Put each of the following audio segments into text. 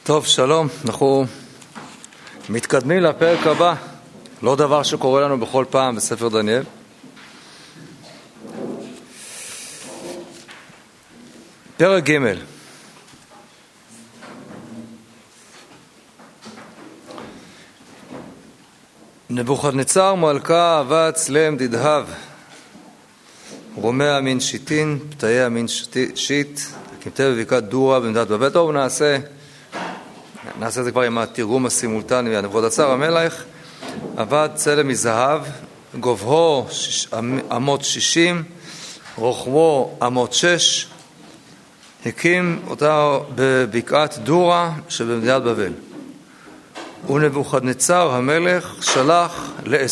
טוב, שלום, אנחנו מתקדמים לפרק הבא, לא דבר שקורה לנו בכל פעם בספר דניאל. פרק ג'. נבוכדנצר מלכה עבד צלם דדהב, רומע מן שיטין, פתאיה מן שיט, קמתה בבקעת דורה במדינת בבל. טוב, נעשה את זה כבר עם התרגום הסימולטני. נבוכדנצר המלך עבד צלם מזהב, גובהו 160 רוחבו 106, הקים אותה בבקעת דורה שבמדינת בבל. ונבוכדנצר המלך שלח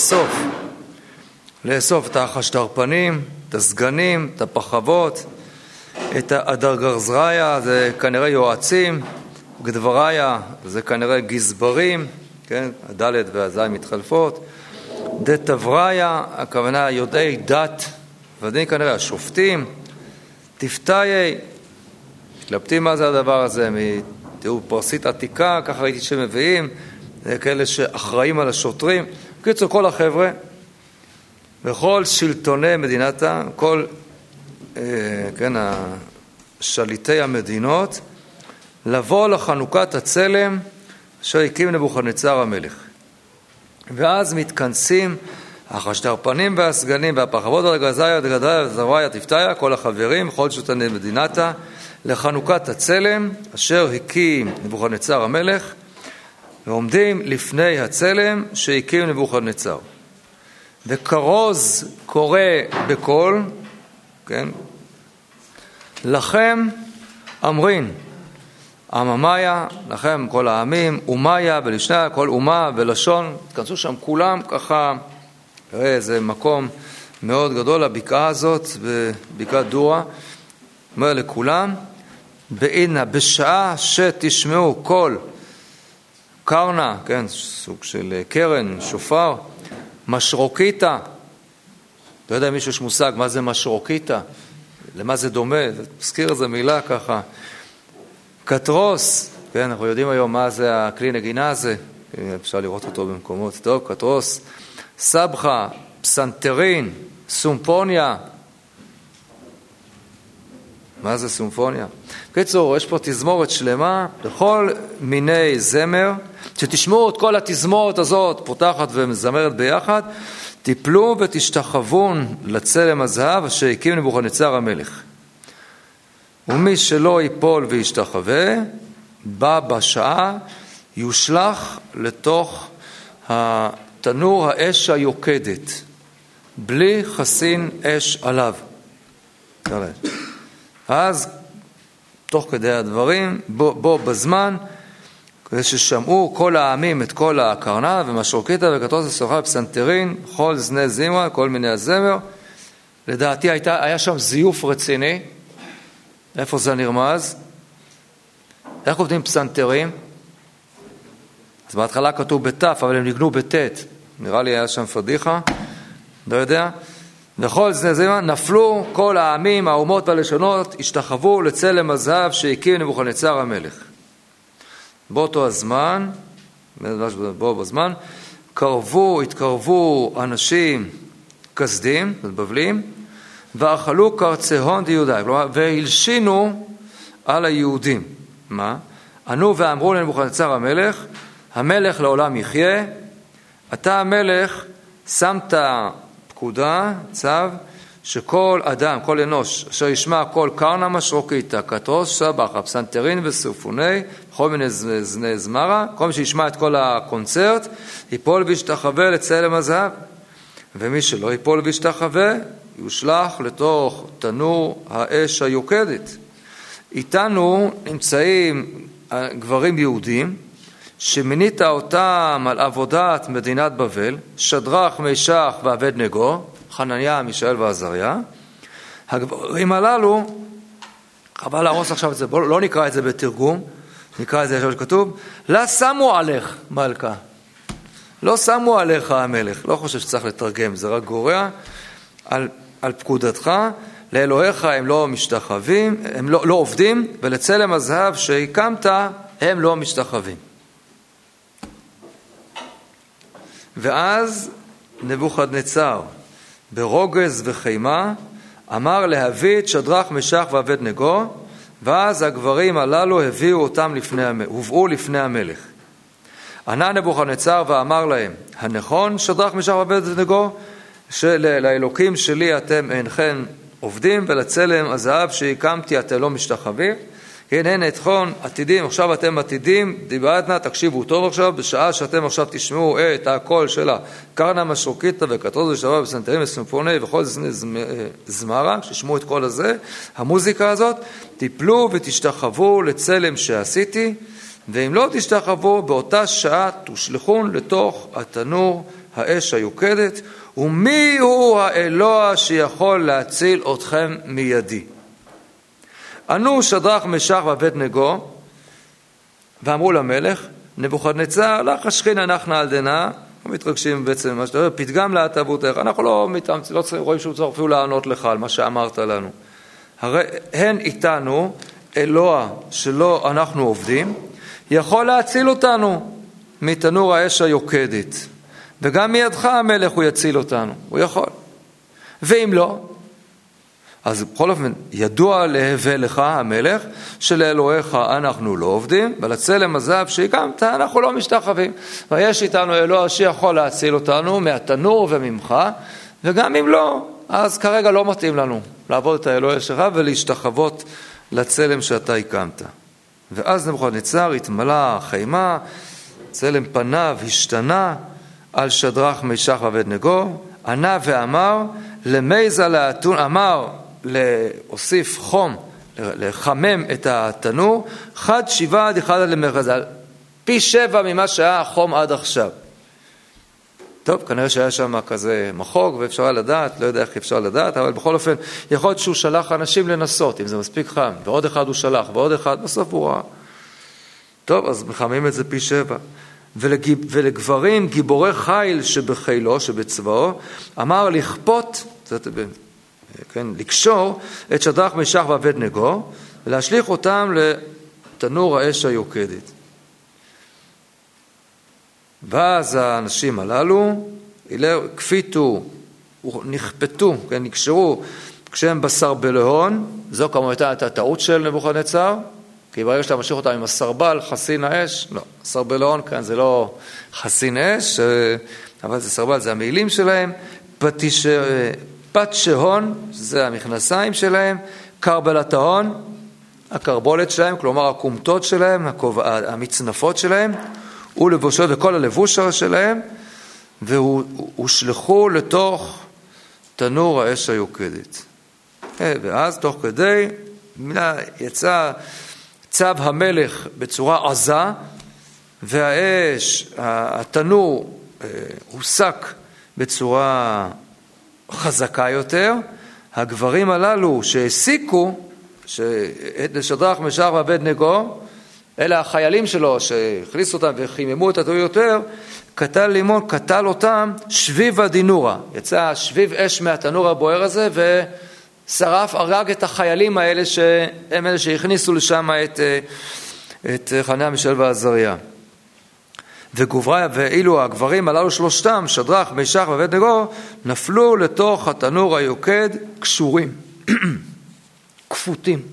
לאסוף את החשדרפנים, את הסגנים, את הפחבות, את האדרגרזריה, זה כנראה יועצים, גדבריה, זה כנראה גזברים, כן? הדלת והזין מתחלפות, דתבריה, הכוונה יודעי דת, ודין כנראה השופטים, תפתאי, מתלבטים מה זה הדבר הזה, תראו פרסית עתיקה, ככה ראיתי שמביאים, זה כאלה שאחראים על השוטרים, קיצור כל החבר'ה, וכל שלטוני מדינתה, כל שליטי המדינות, לבוא לחנוכת הצלם אשר הקים נבוכדנצר המלך. ואז מתכנסים החשדרפנים והסגנים והפחבות הדרגזיה, דגדריה, תפתיה, כל החברים, כל שלטוני מדינתה, לחנוכת הצלם אשר הקים נבוכדנצר המלך, ועומדים לפני הצלם שהקים נבוכדנצר. וכרוז קורא בקול, כן? לכם אמרין, עממיה, לכם כל העמים, אומיה ולשנה, כל אומה ולשון, תכנסו שם כולם ככה, תראה, זה מקום מאוד גדול, הבקעה הזאת, בבקעת דורה, אומר לכולם, בעינה, בשעה שתשמעו כל קרנה, כן, סוג של קרן, שופר, משרוקיתה, לא יודע אם מישהו יש מושג מה זה משרוקיתה, למה זה דומה, תזכיר איזה מילה ככה, קטרוס, כן, אנחנו יודעים היום מה זה הכלי נגינה הזה, אפשר לראות אותו במקומות, טוב, קטרוס, סבחה, פסנתרין, סומפוניה, מה זה סומפוניה? בקיצור, יש פה תזמורת שלמה לכל מיני זמר, שתשמעו את כל התזמורת הזאת פותחת ומזמרת ביחד, תיפלו ותשתחוון לצלם הזהב אשר הקים נבוכדנצר המלך. ומי שלא ייפול וישתחווה, בא בשעה, יושלך לתוך תנור האש היוקדת, בלי חסין אש עליו. אז תוך כדי הדברים, בו בזמן, כדי ששמעו כל העמים את כל הקרנה, ומשרוקיתה וקטרוס וסוחה פסנתרין, כל זני זמרה, כל מיני הזמר. לדעתי היה שם זיוף רציני. איפה זה נרמז? איך עובדים פסנתרים? אז בהתחלה כתוב בתף, אבל הם ניגנו בתת. נראה לי היה שם פדיחה, לא יודע. וכל זני זמרה נפלו כל העמים, האומות והלשונות, השתחוו לצלם הזהב שהקים נבוכדנצר המלך. באותו הזמן, התקרבו אנשים כסדים, בבלים, ואכלו קרצהון דיהודה, כלומר, והלשינו על היהודים. מה? ענו ואמרו לנבוכדנצר המלך לעולם יחיה, אתה המלך שמת פקודה, צו, שכל אדם, כל אנוש, אשר ישמע כל קרנה משרוקיתה, קטרוס, סבחה, פסנתרין וסופוני, כל מיני זני זמרה, כל מי שישמע את כל הקונצרט, ייפול וישתחווה לצלם הזהב. ומי שלא ייפול וישתחווה, יושלך לתוך תנור האש היוקדת. איתנו נמצאים גברים יהודים, שמינית אותם על עבודת מדינת בבל, שדרך, מישך ואבדנגו, חנניה, מישאל ועזריה. הגברים הללו, חבל להרוס עכשיו את זה, בואו לא נקרא את זה בתרגום, נקרא את זה עכשיו שכתוב, לא שמו עליך מלכה, לא שמו עליך המלך, לא חושב שצריך לתרגם, זה רק גורע על פקודתך, לאלוהיך הם לא משתחווים, הם לא עובדים, ולצלם הזהב שהקמת הם לא משתחווים. ואז נבוכדנצר ברוגז וחימה אמר להביא את שדרך משח ואבדנגו, ואז הגברים הללו הובאו לפני המלך. ענה נבוכדנצר ואמר להם, הנכון שדרך משח ואבדנגו, שלאלוקים שלי אתם אינכם עובדים, ולצלם הזהב שהקמתי אתם לא משתחווים? הנה אתכון עתידים, עכשיו אתם עתידים, דיברתנה, תקשיבו טוב עכשיו, בשעה שאתם עכשיו תשמעו את הקול של הקרנה משרוקיתא וקטרוז ושתבע וסנטרים וסימפוני וכל זמרה, ששמעו את כל הזה, המוזיקה הזאת, תיפלו ותשתחוו לצלם שעשיתי, ואם לא תשתחוו, באותה שעה תושלחון לתוך התנור האש היוקדת, ומי הוא האלוה שיכול להציל אתכם מידי? ענו שדרך משח ואבדנגו ואמרו למלך, נבוכדנצר, לך השכין אנחנו על דנה, לא מתרגשים בעצם מה שאתה אומר, פתגם להטבותך, אנחנו לא רואים שהוא צריך אפילו לענות לך על מה שאמרת לנו. הרי הן איתנו, אלוה שלא אנחנו עובדים, יכול להציל אותנו מתנור האש היוקדת, וגם מידך המלך הוא יציל אותנו, הוא יכול. ואם לא, אז בכל אופן, ידוע להווה לך המלך, שלאלוהיך אנחנו לא עובדים, ולצלם הזהב שהקמת אנחנו לא משתחווים. ויש איתנו אלוה שיכול להציל אותנו מהתנור וממך, וגם אם לא, אז כרגע לא מתאים לנו לעבוד את האלוהי שלך ולהשתחוות לצלם שאתה הקמת. ואז נבוכדנצר התמלא חימה, צלם פניו השתנה על שדרך משח ואבדנגו, ענה ואמר, למייזה לאתון, אמר להוסיף חום, לחמם את התנור, 1.7 עד 1 למרזל, פי 7 ממה שהיה החום עד עכשיו. טוב, כנראה שהיה שם כזה מחוג ואפשר לדעת, לא יודע איך אפשר לדעת, אבל בכל אופן, יכול להיות שהוא שלח אנשים לנסות, אם זה מספיק חם, ועוד אחד הוא שלח, ועוד אחד, בסוף הוא ראה. טוב, אז מחממים את זה פי 7. ולגברים גיבורי חיל שבחילו, שבצבאו, אמר לכפות, כן, לקשור את שדרך משח ואבדנגו, ולהשליך אותם לתנור האש היוקדת. ואז האנשים הללו, כפיתו, נכפתו, כן, נקשרו, כשהם בשר בלהון, זו כמובן הייתה הטעות של נבוכדנצר, כי ברגע שאתה משליך אותם עם הסרבל, חסין האש, לא, סרבלון כאן זה לא חסין אש, אבל זה סרבל, זה המעילים שלהם, פת שהון, זה המכנסיים שלהם, קרבלת ההון, הקרבולת שלהם, כלומר הקומטות שלהם, המצנפות שלהם, ולבושות וכל הלבוש שלהם, והושלחו לתוך תנור האש היוקדת. ואז תוך כדי יצא צו המלך בצורה עזה, והאש, התנור הוסק בצורה חזקה יותר. הגברים הללו שהסיקו, ששדרך משח ואבדנגו, אלה החיילים שלו שהכניסו אותם וחיממו את התנור יותר, קטל לימון, קטל אותם שביב הדינורה. יצא שביב אש מהתנור הבוער הזה ושרף, הרג את החיילים האלה שהם אלה שהכניסו לשם את חניה מישאל ועזריה. וגובריה ואילו הגברים הללו שלושתם, שדרך משח ואבדנגו, נפלו לתוך התנור היוקד קשורים, כפותים.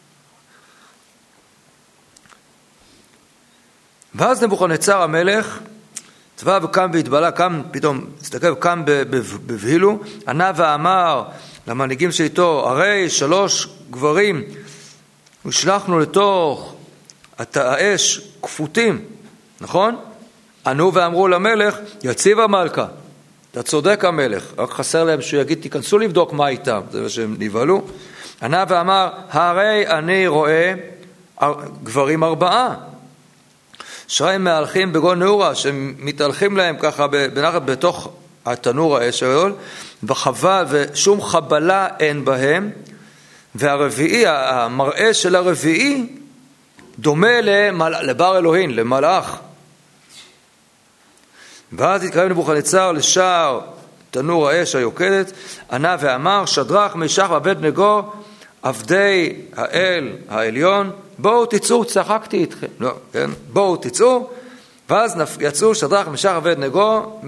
ואז נבוכדנצר המלך צבא וקם והתבלה, קם פתאום, הסתכל, קם בבהילו, ענה ואמר למנהיגים שאיתו, הרי 3 גברים ושלחנו לתוך האש כפותים, נכון? ענו ואמרו למלך, יציב המלכה, אתה צודק המלך, רק חסר להם שהוא יגיד, תיכנסו לבדוק מה איתם, זה מה שהם נבהלו. ענה ואמר, הרי אני רואה גברים 4, שהם מהלכים בגון נאורה, שמתהלכים להם ככה בנחת בתוך התנור האש הגדול, וחבל ושום חבלה אין בהם, והרביעי, המראה של הרביעי, דומה לבר אלוהים, למלאך. ואז התקרב נבוכדנצר לשער תנור האש היוקדת, ענה ואמר, שדרך משח ואבדנגו, עבדי האל העליון, בואו תצאו, צחקתי איתכם. לא, כן? בואו תצאו, ואז יצאו שדרך משך אבדנגו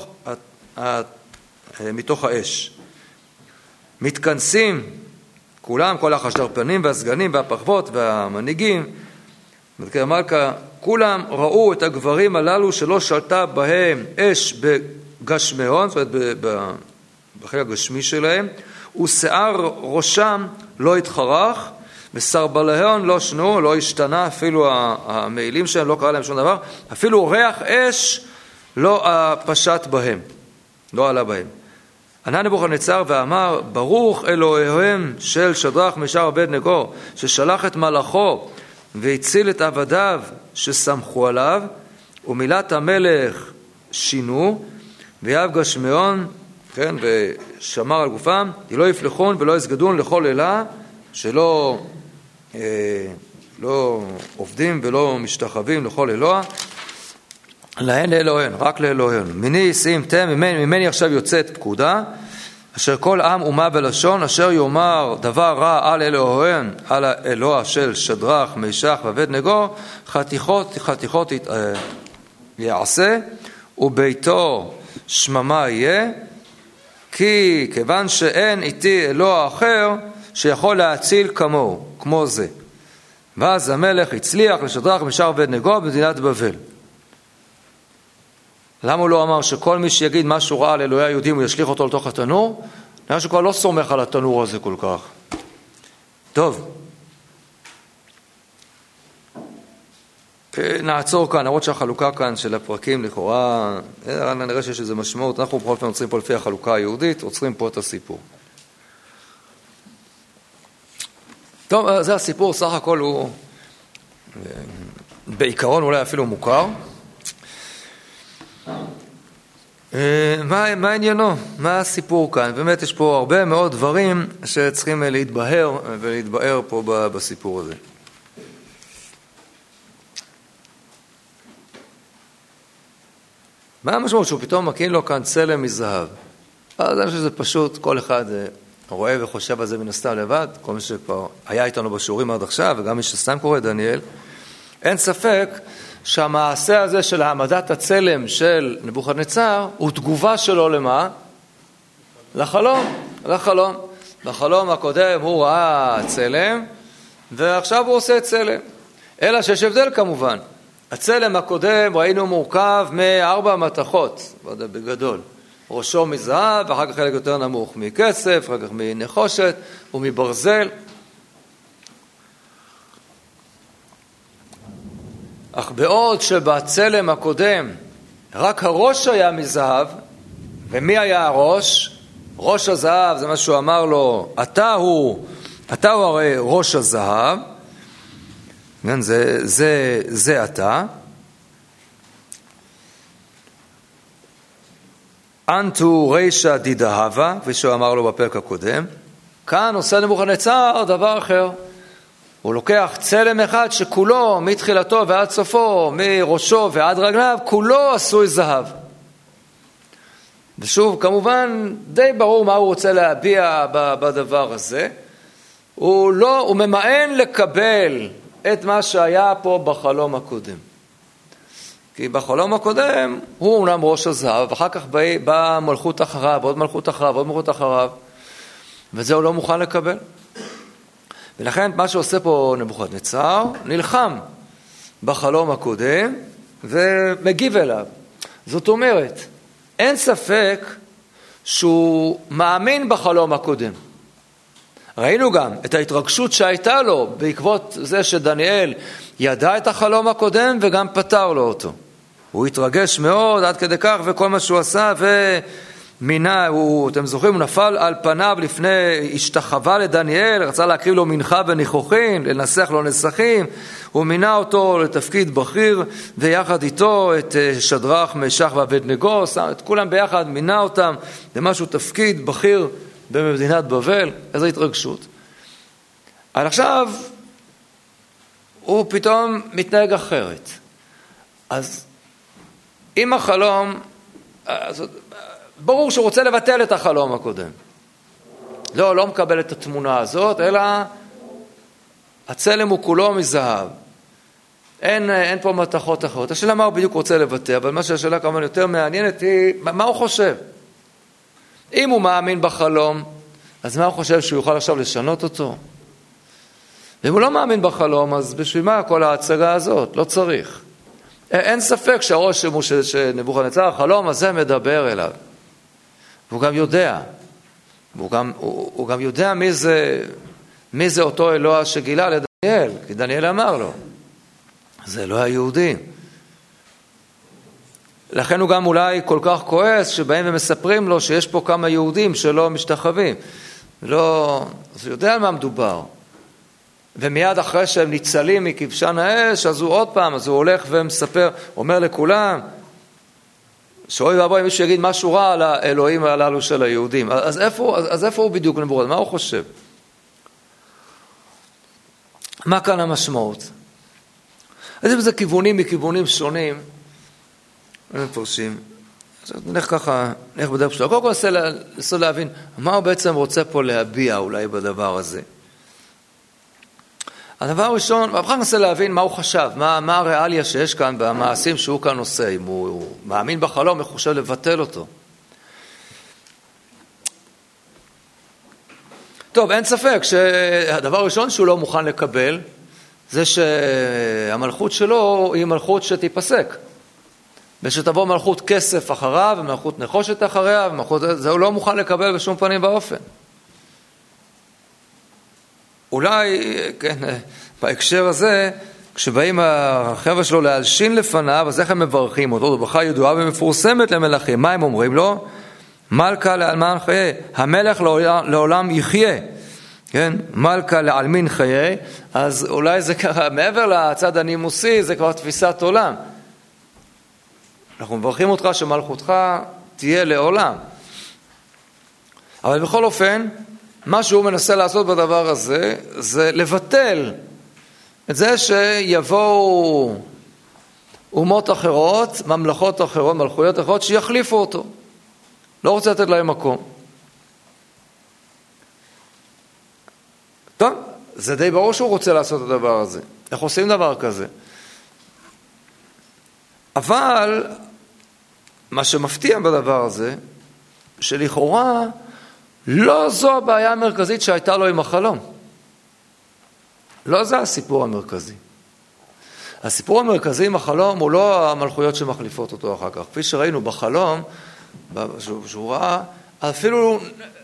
מתוך האש. מתכנסים כולם, כל החשדרפנים והסגנים והפחבות והמנהיגים, מלכי המלכה, כולם ראו את הגברים הללו שלא שלטה בהם אש בגשמיון, זאת אומרת בחלק הגשמי שלהם, ושיער ראשם לא התחרך, וסרבלהון לא שנו, לא השתנה, אפילו המעילים שלהם לא קרה להם שום דבר, אפילו ריח אש לא פשט בהם, לא עלה בהם. ענה נבוכדנצר ואמר, ברוך אלוהיהם של שדרך משך אבדנגו, ששלח את מלאכו והציל את עבדיו שסמכו עליו, ומילת המלך שינו, ויהב גשמיון, כן, ושמר על גופם, כי לא יפלחון ולא יסגדון לכל לילה, שלא לא עובדים ולא משתחווים לכל אלוה, להן לאלוהן, רק לאלוהן. מיני שימתם, ממני עכשיו יוצאת פקודה, אשר כל עם אומה ולשון, אשר יאמר דבר רע על אלוהן, על האלוה של שדרך, משך ואבדנגו, חתיכות יעשה, וביתו שממה יהיה, כי כיוון שאין איתי אלוה אחר, שיכול להציל כמוהו, כמו זה. ואז המלך הצליח לשדרך משך ואבדנגו במדינת בבל. למה הוא לא אמר שכל מי שיגיד משהו רע על אלוהי היהודים הוא ישליך אותו לתוך התנור? נראה שכבר לא סומך על התנור הזה כל כך. טוב. נעצור כאן, למרות שהחלוקה כאן של הפרקים לכאורה, נראה שיש איזו משמעות. אנחנו בכל פעם עוצרים פה לפי החלוקה היהודית, עוצרים פה את הסיפור. טוב, זה הסיפור, סך הכל הוא בעיקרון אולי אפילו מוכר. מה עניינו? מה הסיפור כאן? באמת יש פה הרבה מאוד דברים שצריכים להתבהר ולהתבהר פה בסיפור הזה. מה המשמעות שהוא פתאום מקין לו כאן צלם מזהב? אז אני חושב שזה פשוט, כל אחד רואה וחושב על זה מן הסתם לבד, כל מי שכבר היה איתנו בשיעורים עד עכשיו, וגם מי שסתם קורא דניאל, אין ספק שהמעשה הזה של העמדת הצלם של נבוכדנצר הוא תגובה שלו למה? לחלום. בחלום הקודם הוא ראה צלם, ועכשיו הוא עושה צלם. אלא שיש הבדל כמובן. הצלם הקודם ראינו מורכב מ4 מתכות, בגדול. ראשו מזהב, ואחר כך חלק יותר נמוך מכסף, אחר כך מנחושת ומברזל. אך בעוד שבצלם הקודם רק הראש היה מזהב, ומי היה הראש? ראש הזהב, זה מה שהוא אמר לו, אתה הוא הרי ראש הזהב, זה אתה. אנטו רישא דידהבה, כפי שהוא אמר לו בפרק הקודם. כאן עושה נבוכדנצר דבר אחר. הוא לוקח צלם אחד שכולו, מתחילתו ועד סופו, מראשו ועד רגליו, כולו עשוי זהב. ושוב, כמובן, די ברור מה הוא רוצה להביע בדבר הזה. הוא ממאן לקבל את מה שהיה פה בחלום הקודם. כי בחלום הקודם הוא אומנם ראש הזהב, ואחר כך באה מלכות אחריו, עוד מלכות אחריו, עוד מלכות אחריו, וזה הוא לא מוכן לקבל. ולכן מה שעושה פה נבוכדנצר, נלחם בחלום הקודם ומגיב אליו. זאת אומרת, אין ספק שהוא מאמין בחלום הקודם. ראינו גם את ההתרגשות שהייתה לו בעקבות זה שדניאל ידע את החלום הקודם וגם פתר לו אותו. הוא התרגש מאוד עד כדי כך, וכל מה שהוא עשה ומינה, אתם זוכרים, הוא נפל על פניו לפני, השתחווה לדניאל, רצה להקריב לו מנחה וניחוחין, לנסח לו נסחים, הוא מינה אותו לתפקיד בכיר, ויחד איתו את שדרך, משך ואבדנגו, את כולם ביחד, מינה אותם למשהו תפקיד בכיר במדינת בבל. איזו התרגשות. אבל עכשיו הוא פתאום מתנהג אחרת. אז עם החלום, ברור שהוא רוצה לבטל את החלום הקודם. לא מקבל את התמונה הזאת, אלא הצלם הוא כולו מזהב. אין פה מתכות אחרות. השאלה מה הוא בדיוק רוצה לבטא, אבל מה שהשאלה כמובן יותר מעניינת היא, מה הוא חושב? אם הוא מאמין בחלום, אז מה הוא חושב שהוא יוכל עכשיו לשנות אותו? ואם הוא לא מאמין בחלום, אז בשביל מה כל ההצגה הזאת? לא צריך. אין ספק שהראש שנבוכדנצר, החלום הזה מדבר אליו. והוא גם יודע. הוא גם יודע מי זה אותו אלוה שגילה לדניאל, כי דניאל אמר לו. זה אלוה היהודי. לכן הוא גם אולי כל כך כועס שבאים ומספרים לו שיש פה כמה יהודים שלא משתחווים. אז הוא יודע על מה מדובר. ומיד אחרי שהם ניצלים מכבשן האש, אז הוא עוד פעם, אז הוא הולך ומספר, אומר לכולם, שאוי ואבוי אם מישהו יגיד משהו רע על האלוהים הללו של היהודים. אז איפה הוא בדיוק נבוכדנצר? מה הוא חושב? מה כאן המשמעות? אז אם זה כיוונים מכיוונים שונים, הם פורשים. נלך ככה, נלך בדרך שלו. קודם כל ננסה להבין מה הוא בעצם רוצה פה להביע אולי בדבר הזה. הדבר הראשון, ואחר ננסה להבין מה הוא חשב, מה הריאליה שיש כאן במעשים שהוא כאן עושה. אם הוא מאמין בחלום, איך הוא חושב לבטל אותו. טוב, אין ספק שהדבר הראשון שהוא לא מוכן לקבל, זה שהמלכות שלו היא מלכות שתיפסק. ושתבוא מלכות כסף אחריו, ומלכות נחושת אחריה, זה הוא לא מוכן לקבל בשום פנים באופן. אולי, כן, בהקשר הזה, כשבאים החבר'ה שלו להלשין לפניו, אז איך הם מברכים אותו? ברכה ידועה ומפורסמת למלכים. מה הם אומרים לו? מלכה לעלמן חיי, המלך לעולם יחיה. כן? מלכה לעלמין חיי, אז אולי זה ככה, מעבר לצד הנימוסי, זה כבר תפיסת עולם. אנחנו מברכים אותך שמלכותך תהיה לעולם. אבל בכל אופן, מה שהוא מנסה לעשות בדבר הזה, זה לבטל את זה שיבואו אומות אחרות, ממלכות אחרות, מלכויות אחרות, שיחליפו אותו. לא רוצה לתת להם מקום. טוב, זה די ברור שהוא רוצה לעשות את הדבר הזה. איך עושים דבר כזה? אבל מה שמפתיע בדבר הזה, שלכאורה לא זו הבעיה המרכזית שהייתה לו עם החלום. לא זה הסיפור המרכזי. הסיפור המרכזי עם החלום הוא לא המלכויות שמחליפות אותו אחר כך. כפי שראינו בחלום, שהוא ראה, אפילו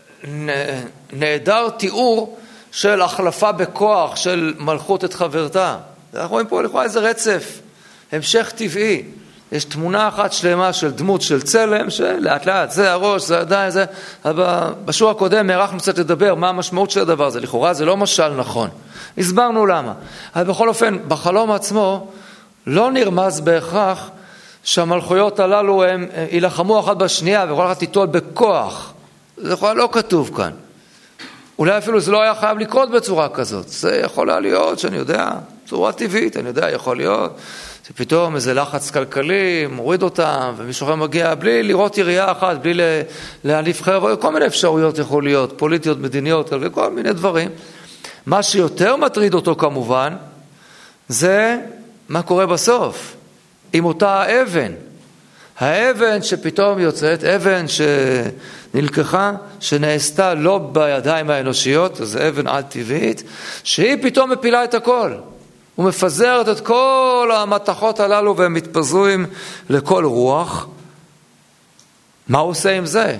נעדר תיאור של החלפה בכוח של מלכות את חברתה. אנחנו רואים פה לכאורה איזה רצף, המשך טבעי. יש תמונה אחת שלמה של דמות של צלם, שלאט לאט, זה הראש, זה עדיין, זה... בשיעור הקודם הערכנו קצת לדבר מה המשמעות של הדבר הזה. לכאורה זה לא משל נכון. הסברנו למה. אבל בכל אופן, בחלום עצמו לא נרמז בהכרח שהמלכויות הללו הם ילחמו אחת בשנייה וכל אחת תיטול בכוח. זה לא כתוב כאן. אולי אפילו זה לא היה חייב לקרות בצורה כזאת. זה יכול להיות שאני יודע, צורה טבעית, אני יודע, יכול להיות שפתאום איזה לחץ כלכלי מוריד אותם, ומישהו אחר מגיע בלי לראות יריעה אחת, בלי להנבחר, כל מיני אפשרויות יכול להיות, פוליטיות, מדיניות, וכל מיני דברים. מה שיותר מטריד אותו כמובן, זה מה קורה בסוף, עם אותה האבן. האבן שפתאום יוצאת, אבן שנלקחה, שנעשתה לא בידיים האנושיות, זו אבן על-טבעית, שהיא פתאום מפילה את הכל. ומפזרת את כל המתכות הללו והם מתפזרים לכל רוח. מה הוא עושה עם זה?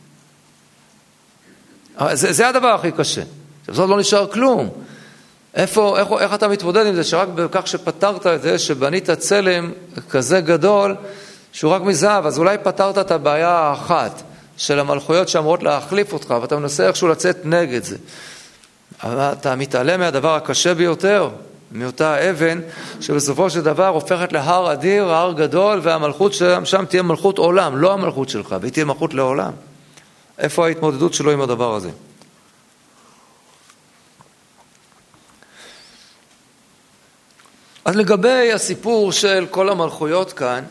זה הדבר הכי קשה. זאת לא נשאר כלום. איך אתה מתמודד עם זה? שרק בכך שפתרת את זה, שבנית צלם כזה גדול, שהוא רק מזהב, אז אולי פתרת את הבעיה האחת של המלכויות שאמרות להחליף אותך, ואתה מנסה איכשהו לצאת נגד זה. אבל אתה מתעלם מהדבר הקשה ביותר, מאותה אבן, שבסופו של דבר הופכת להר אדיר, הר גדול, והמלכות שם תהיה מלכות עולם, לא המלכות שלך, והיא תהיה מלכות לעולם. איפה ההתמודדות שלו עם הדבר הזה? אז לגבי הסיפור של כל המלכויות כאן,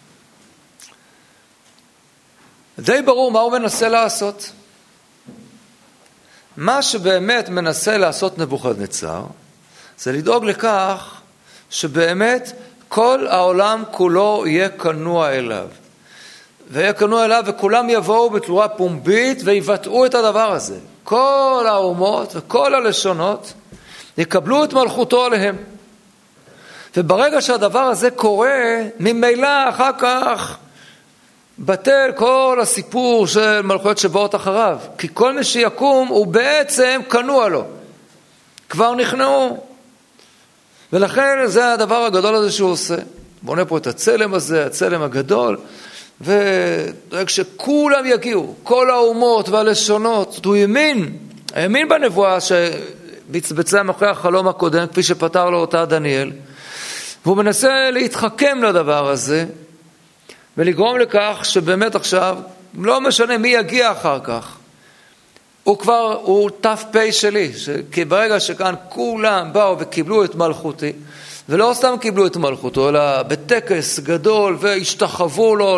די ברור מה הוא מנסה לעשות. מה שבאמת מנסה לעשות נבוכדנצר, זה לדאוג לכך שבאמת כל העולם כולו יהיה כנוע אליו. ויהיה כנוע אליו וכולם יבואו בצורה פומבית ויבטאו את הדבר הזה. כל האומות וכל הלשונות יקבלו את מלכותו עליהם. וברגע שהדבר הזה קורה, ממילא אחר כך בטל כל הסיפור של מלכויות שבאות אחריו. כי כל מי שיקום הוא בעצם כנוע לו. כבר נכנעו. ולכן זה הדבר הגדול הזה שהוא עושה. בונה פה את הצלם הזה, הצלם הגדול, ודואג שכולם יגיעו, כל האומות והלשונות. הוא האמין בנבואה שבצבצה מאחורי החלום הקודם, כפי שפתר לו אותה דניאל, והוא מנסה להתחכם לדבר הזה, ולגרום לכך שבאמת עכשיו, לא משנה מי יגיע אחר כך, הוא ת"פ שלי, כי ברגע שכאן כולם באו וקיבלו את מלכותי, ולא סתם קיבלו את מלכותו, אלא בטקס גדול והשתחוו לו,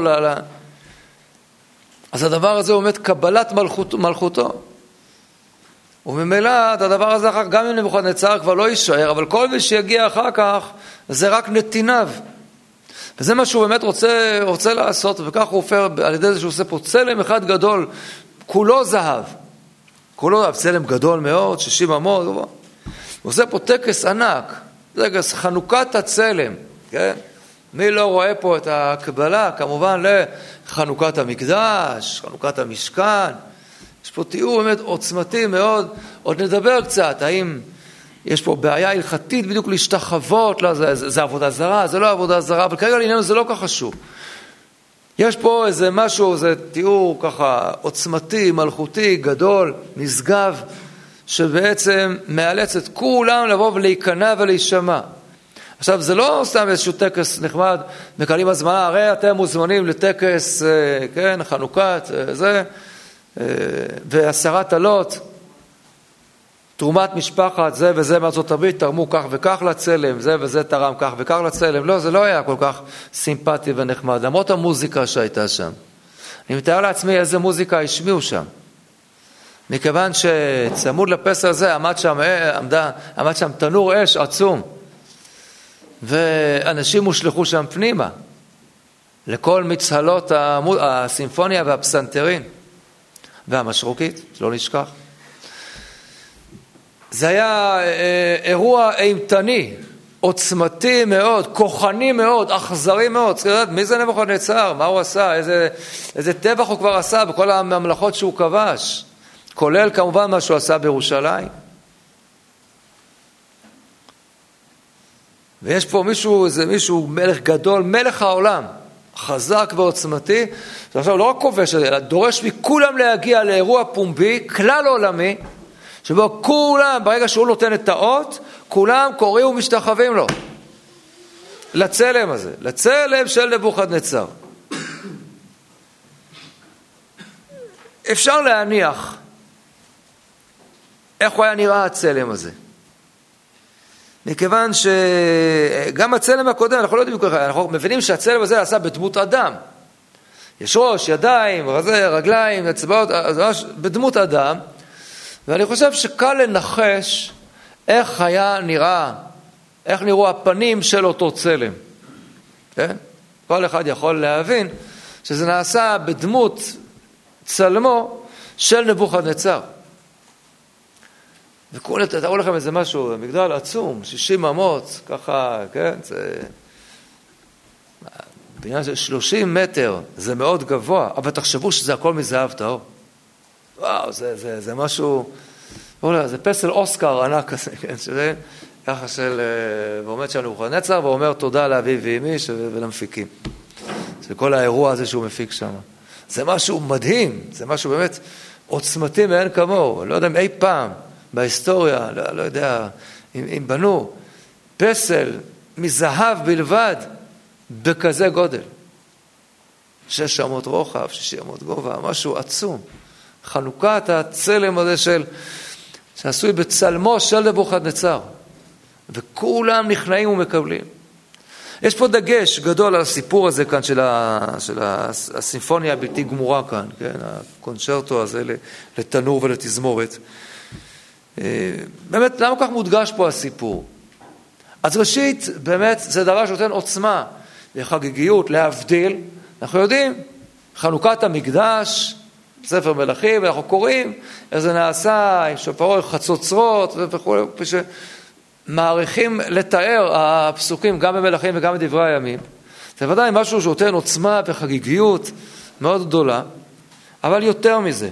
אז הדבר הזה הוא באמת קבלת מלכותו. וממילא הדבר הזה אחר כך, גם אם נבוכדנצר כבר לא יישאר, אבל כל מי שיגיע אחר כך, זה רק נתיניו. וזה מה שהוא באמת רוצה לעשות, וכך הוא הופך על ידי זה שהוא עושה פה צלם אחד גדול, כולו זהב. צלם גדול מאוד, 60 אמות, הוא עושה פה טקס ענק, טקס חנוכת הצלם, כן? מי לא רואה פה את הקבלה? כמובן לחנוכת המקדש, חנוכת המשכן, יש פה תיאור באמת עוצמתי מאוד, עוד נדבר קצת, האם יש פה בעיה הלכתית בדיוק להשתחוות, לא, זה עבודה זרה, זה לא עבודה זרה, אבל כרגע לעניין זה לא כך חשוב. יש פה איזה משהו, זה תיאור ככה עוצמתי, מלכותי, גדול, נשגב, שבעצם מאלץ את כולם לבוא ולהיכנע ולהישמע. עכשיו, זה לא סתם איזשהו טקס נחמד, מקבלים הזמנה, הרי אתם מוזמנים לטקס, כן, חנוכת, זה, והסרת עלות, תרומת משפחת, זה וזה מארצות הברית, תרמו כך וכך לצלם, זה וזה תרם כך וכך לצלם. לא, זה לא היה כל כך סימפטי ונחמד, למרות המוזיקה שהייתה שם. אני מתאר לעצמי איזה מוזיקה השמיעו שם. מכיוון שצמוד לפסל הזה עמד שם תנור אש עצום, ואנשים הושלחו שם פנימה, לכל מצהלות הסימפוניה והפסנתרין, והמשרוקית, לא נשכח. זה היה אירוע אימתני, עוצמתי מאוד, כוחני מאוד, אכזרי מאוד. צריך לדעת, מי זה נבוכדנצר? מה הוא עשה? איזה טבח הוא כבר עשה בכל הממלכות שהוא כבש? כולל כמובן מה שהוא עשה בירושלים. ויש פה מישהו מלך גדול, מלך העולם, חזק ועוצמתי, שעכשיו לא רק כובש, אלא דורש מכולם להגיע לאירוע פומבי, כלל עולמי, שבו כולם, ברגע שהוא נותן את האות, כולם קוראים ומשתחווים לו. לצלם הזה, לצלם של נבוכדנצר. אפשר להניח איך הוא היה נראה הצלם הזה. מכיוון שגם הצלם הקודם, אנחנו לא יודעים ככה, אנחנו מבינים שהצלם הזה עשה בדמות אדם. יש ראש, ידיים, רגליים, אצבעות, בדמות אדם, ואני חושב שקל לנחש איך נראו הפנים של אותו צלם. כן? כל אחד יכול להבין שזה נעשה בדמות צלמו של נבוכדנצר. תראו לכם איזה משהו, מגדל עצום, 60 אמות, ככה, כן, זה בניין של 30 מטר, זה מאוד גבוה, אבל תחשבו שזה הכל מזהב טהור. וואו, זה משהו, זה פסל אוסקר ענק כזה, כן, שזה ככה ועומד שם נבוכדנצר, ואומר תודה לאביו ואמי ולמפיקים. זה כל האירוע הזה שהוא מפיק שם. זה משהו מדהים, זה משהו באמת עוצמתי מאין כמוהו, אני לא יודע אם אי פעם, בהיסטוריה, לא יודע אם בנו פסל מזהב בלבד בכזה גודל. 6 אמות רוחב, 60 אמות גובה, משהו עצום. חנוכת הצלם הזה שעשוי בצלמו של נבוכדנצר. וכולם נכנעים ומקבלים. יש פה דגש גדול על הסיפור הזה כאן של הסימפוניה הבלתי גמורה כאן, כן? הקונצ'רטו הזה לתנור ולתזמורת. באמת, למה כך מודגש פה הסיפור? אז ראשית, באמת, זה דבר שנותן עוצמה לחגיגיות, להבדיל. אנחנו יודעים, חנוכת המקדש, ספר מלכים, אנחנו קוראים, איך זה נעשה עם שופרות, חצוצרות וכו', שמעריכים לתאר הפסוקים גם במלכים וגם בדברי הימים. זה ודאי משהו שנותן עוצמה וחגיגיות מאוד גדולה, אבל יותר מזה.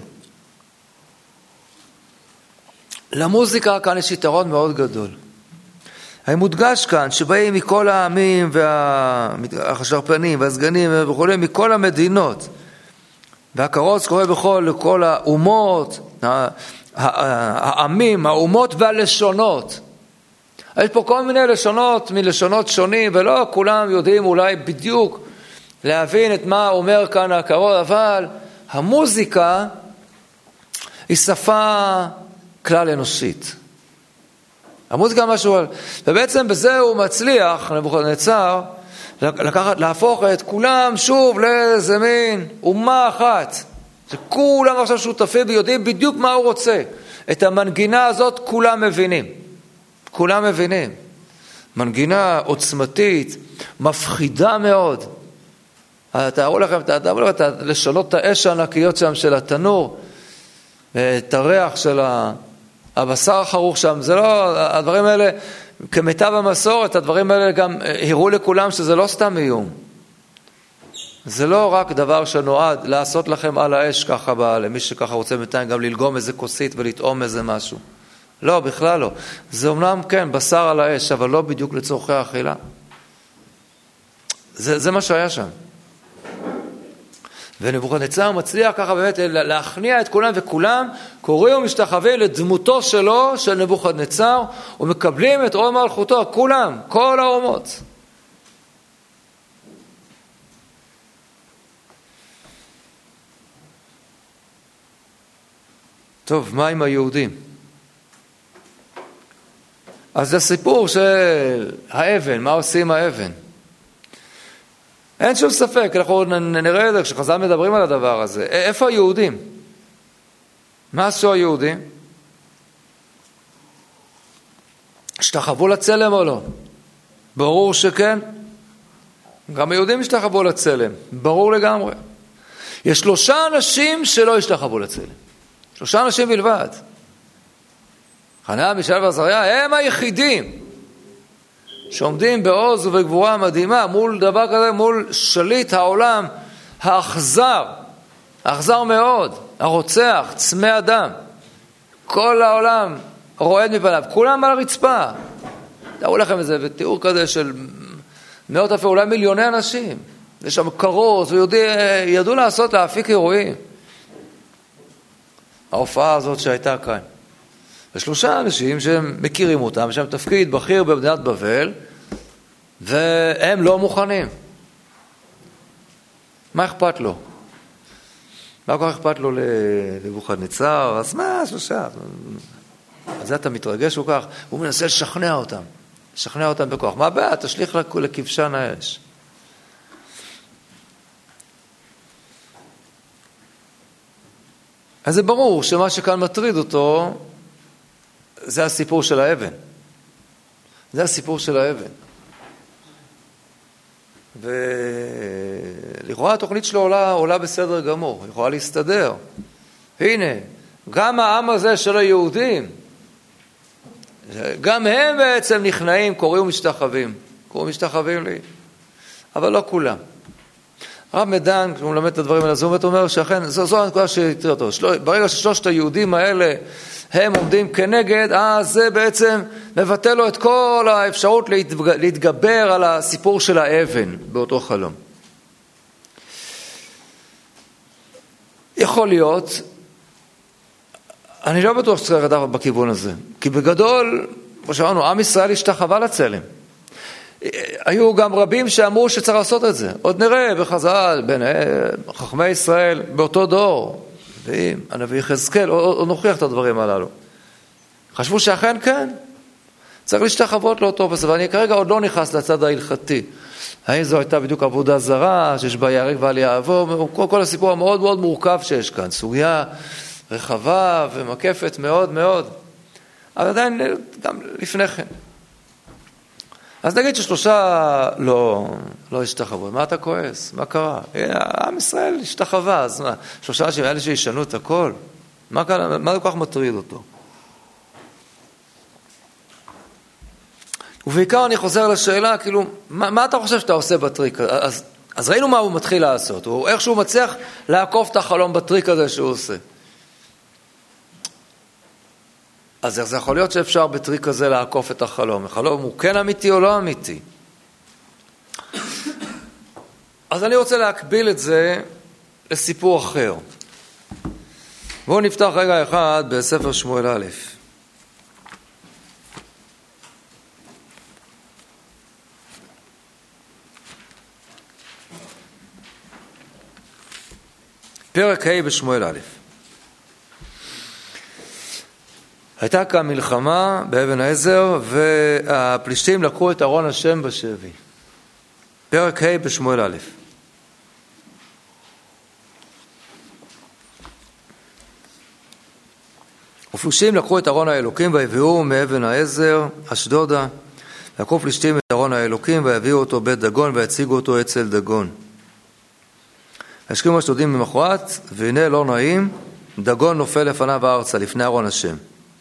למוזיקה כאן יש יתרון מאוד גדול. מודגש כאן שבאים מכל העמים והשרפנים והסגנים וכו', מכל המדינות. והכרוז קורא לכל האומות, העמים, האומות והלשונות. יש פה כל מיני לשונות מלשונות שונים, ולא כולם יודעים אולי בדיוק להבין את מה אומר כאן הכרוז, אבל המוזיקה היא שפה כלל אנושית. המוזיקה משהו, ובעצם בזה הוא מצליח, נבוכדנצר, להפוך את כולם שוב לאיזה מין אומה אחת, שכולם עכשיו שותפים ויודעים בדיוק מה הוא רוצה. את המנגינה הזאת כולם מבינים. כולם מבינים. מנגינה עוצמתית, מפחידה מאוד. תארו לכם, לשנות את האש הענקיות שם של התנור, את הריח של הבשר החרוך שם, זה לא, הדברים האלה, כמיטב המסורת, הדברים האלה גם הראו לכולם שזה לא סתם איום. זה לא רק דבר שנועד לעשות לכם על האש ככה, למי שככה רוצה בינתיים גם ללגום איזה כוסית ולטעום איזה משהו. לא, בכלל לא. זה אומנם כן, בשר על האש, אבל לא בדיוק לצורכי האכילה. זה מה שהיה שם. ונבוכדנצר מצליח ככה באמת להכניע את כולם, וכולם קוראים ומשתחווים לדמותו שלו, של נבוכדנצר, ומקבלים את עול מלכותו, כולם, כל האומות. טוב, מה עם היהודים? אז זה סיפור של האבן, מה עושים האבן? אין שום ספק, אנחנו נראה את זה כשחז"ל מדברים על הדבר הזה. איפה היהודים? מה עשו היהודים? השתחוו לצלם או לא? ברור שכן. גם היהודים השתחוו לצלם, ברור לגמרי. יש 3 אנשים שלא השתחוו לצלם. 3 אנשים בלבד. חנניה, מישאל ועזריה, הם היחידים שעומדים בעוז ובגבורה מדהימה מול דבר כזה, מול שליט העולם האכזר מאוד, הרוצח, צמא אדם. כל העולם רועד מפניו, כולם על הרצפה. תראו לכם את זה, ותיאור כזה של מאות אלפי, אולי מיליוני אנשים. יש שם כרוז, וידעו להפיק אירועים. ההופעה הזאת שהייתה כאן. 3 אנשים שהם מכירים אותם, שהם תפקיד בכיר במדינת בבל, והם לא מוכנים. מה אכפת לו? מה כל כך אכפת לו לנבוכדנצר? אז מה 3? אז זה אתה מתרגש כל כך, הוא מנסה לשכנע אותם בכוח. מה הבעיה? תשליך לכבשן האש. אז זה ברור שמה שכאן מטריד אותו, זה הסיפור של האבן. זה הסיפור של האבן. ולכאורה התוכנית שלו עולה בסדר גמור, היא יכולה להסתדר. הנה, גם העם הזה של היהודים, גם הם בעצם נכנעים, קוראים ומשתחווים לי. אבל לא כולם. הרב מדן, כשהוא מלמד את הדברים האלה, הוא אומר שאכן, זו הנקודה שהתריע אותו. ברגע ששלושת היהודים האלה הם עומדים כנגד, אז זה בעצם מבטא לו את כל האפשרות להתגבר על הסיפור של האבן באותו חלום. יכול להיות, אני לא בטוח שצריך לדעת בכיוון הזה, כי בגדול, כמו שאמרנו, עם ישראל השתחווה לצלם. היו גם רבים שאמרו שצריך לעשות את זה. עוד נראה בחז"ל, בין חכמי ישראל באותו דור, ואם הנביא יחזקאל, עוד נוכיח את הדברים הללו. חשבו שאכן כן, צריך להשתחוות לאותו בסדר, ואני כרגע עוד לא נכנס לצד ההלכתי. האם זו הייתה בדיוק עבודה זרה, שיש בה ייהרג ואל יעבור, כל הסיפור המאוד מאוד מורכב שיש כאן, סוגיה רחבה ומקפת מאוד מאוד, אבל עדיין גם לפני כן. אז נגיד ששלושה לא השתחוו. מה אתה כועס? מה קרה? עם ישראל השתחווה, אז מה? שלושה אלה שישנו את הכל? מה זה כל כך מטריד אותו? ובעיקר אני חוזר לשאלה, כאילו, מה אתה חושב שאתה עושה בטריק? אז ראינו מה הוא מתחיל לעשות. איך שהוא מצליח לעקוף את החלום בטריק הזה שהוא עושה. אז איך זה יכול להיות שאפשר בטריק הזה לעקוף את החלום? החלום הוא כן אמיתי או לא אמיתי? אז אני רוצה להקביל את זה לסיפור אחר. בואו נפתח רגע אחד בספר שמואל א'. פרק ה' בשמואל א'. הייתה כאן מלחמה באבן העזר, והפלישתים לקחו את ארון השם בשבי. פרק ה' בשמואל א'. ופלישתים לקחו את ארון האלוקים והביאוהו מאבן העזר אשדודה. לקחו פלישתים את ארון האלוקים והביאו אותו בית דגון והציגו אותו אצל דגון. השכימו אשדודים במחרת, והנה לא נעים, דגון נופל לפניו ארצה לפני ארון השם.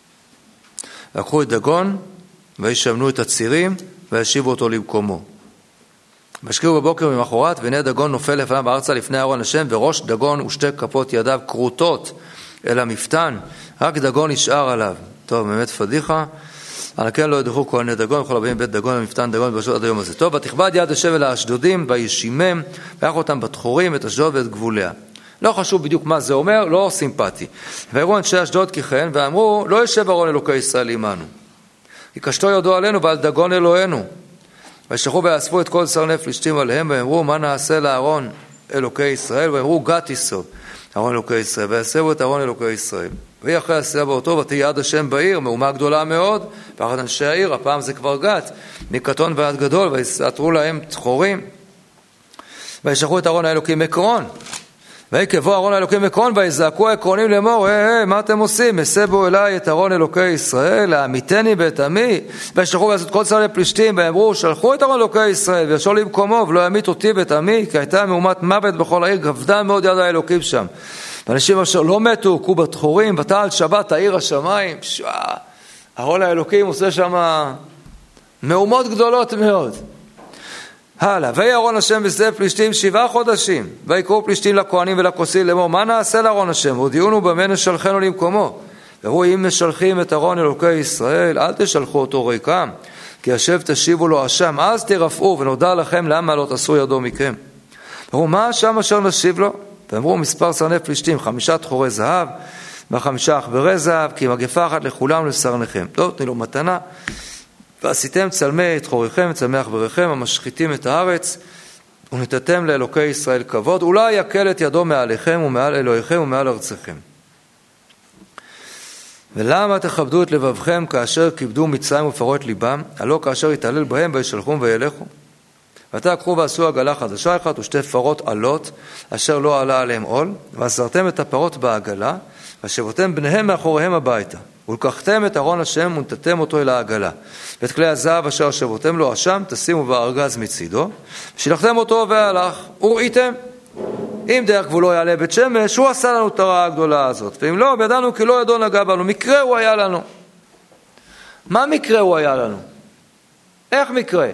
לקחו את דגון וישמנו את הצירים והשיבו אותו למקומו. והשכימו בבוקר במחרת, והנה דגון נופל לפניו ארצה לפני ארון השם, וראש דגון ושתי כפות ידיו קרוטות אל המפתן, רק דגון נשאר עליו. טוב, באמת פדיחה. על כן לא ידחו כהני דגון וכל הבאים בית דגון ומפתן דגון ברשות עד היום הזה. טוב, ותכבד יד השם אל האשדודים וישימם ויח אותם בתחורים את אשדוד ואת גבוליה. לא חשוב בדיוק מה זה אומר, לא סימפטי. ויראו אנשי אשדוד כי כן ואמרו, לא ישב ארון אלוקי ישראל עמנו, כי קשתו ידו עלינו ועל דגון אלוהינו. וישלחו ויאספו את כל שרני פלישתים עליהם ואמרו, מה נעשה לארון אלוקי ישראל? ואמרו, גת ייסוב ארון אלוקי ישראל, ויאספו את ארון אלוקי ישראל. והיא אחרי עשייה באותו, ותהי יד השם בעיר, מהומה גדולה מאוד, ואחת אנשי העיר, הפעם זה כבר גת, מקטון ועד גדול, ויסתרו להם תחורים, וישלחו את ארון האלוקים עקרון, ויקבו ארון האלוקים עקרון, ויזעקו העקרונים לאמור, מה אתם עושים? הסבו אליי את ארון אלוקי ישראל, להמיתני ואת עמי, וישלחו ויעשו את כל שרי פלישתים, ואמרו, שלחו את ארון אלוקי ישראל, וישור למקומו, ולא ימית אותי ואת עמי, כי הייתה מהומת מוות בכל העיר, כבדה מאוד יד האלוקים שם. ואנשים אשר לא מתו, הוכו בתחורים, ותעל שבת העיר השמיים, ארון האלוקים עושה שם מהומות גדולות מאוד. הלאה, ויהי ארון השם בשדה פלישתים 7 חודשים, ויקראו פלישתים לכהנים ולכוסים לאמור, מה נעשה לארון השם? והודיעונו במה נשלחנו למקומו. ואמרו, אם משלחים את ארון אלוקי ישראל, אל תשלחו אותו ריקם, כי השב תשיבו לו אשם, אז תרפאו ונודע לכם למה לא תעשו ידו מכם. ואמרו, מה אשם אשר נשיב לו? ואמרו, מספר שרני פלישתים 5 תחורי זהב ו5 עכברי זהב, כי מגפה אחת לכולם לסרניכם. טוב, תני לו מתנה. ועשיתם צלמי את חוריכם, צלמי עכבריכם, המשחיתים את הארץ, ונתתם לאלוקי ישראל כבוד, אולי יקל את ידו מעליכם ומעל אלוהיכם ומעל ארציכם. ולמה תכבדו את לבבכם כאשר כיבדו מצרים ופרעות ליבם, הלא כאשר יתעלל בהם וישלחום וילכו? ותקחו ועשו עגלה חדשה אחת ושתי פרות עלות, אשר לא עלה עליהם עול, ואסרתם את הפרות בעגלה, ושבותם בניהם מאחוריהם הביתה. ולקחתם את ארון השם ונתתם אותו אל העגלה. ואת כלי הזהב אשר שבותם לו אשם תשימו בארגז מצידו, ושילחתם אותו והלך, וראיתם. אם דרך גבולו יעלה בית שמש, הוא עשה לנו את הרעה הגדולה הזאת. ואם לא, בידענו כי לא ידו נגע בנו. מקרה הוא היה לנו. מה מקרה הוא היה לנו? איך מקרה?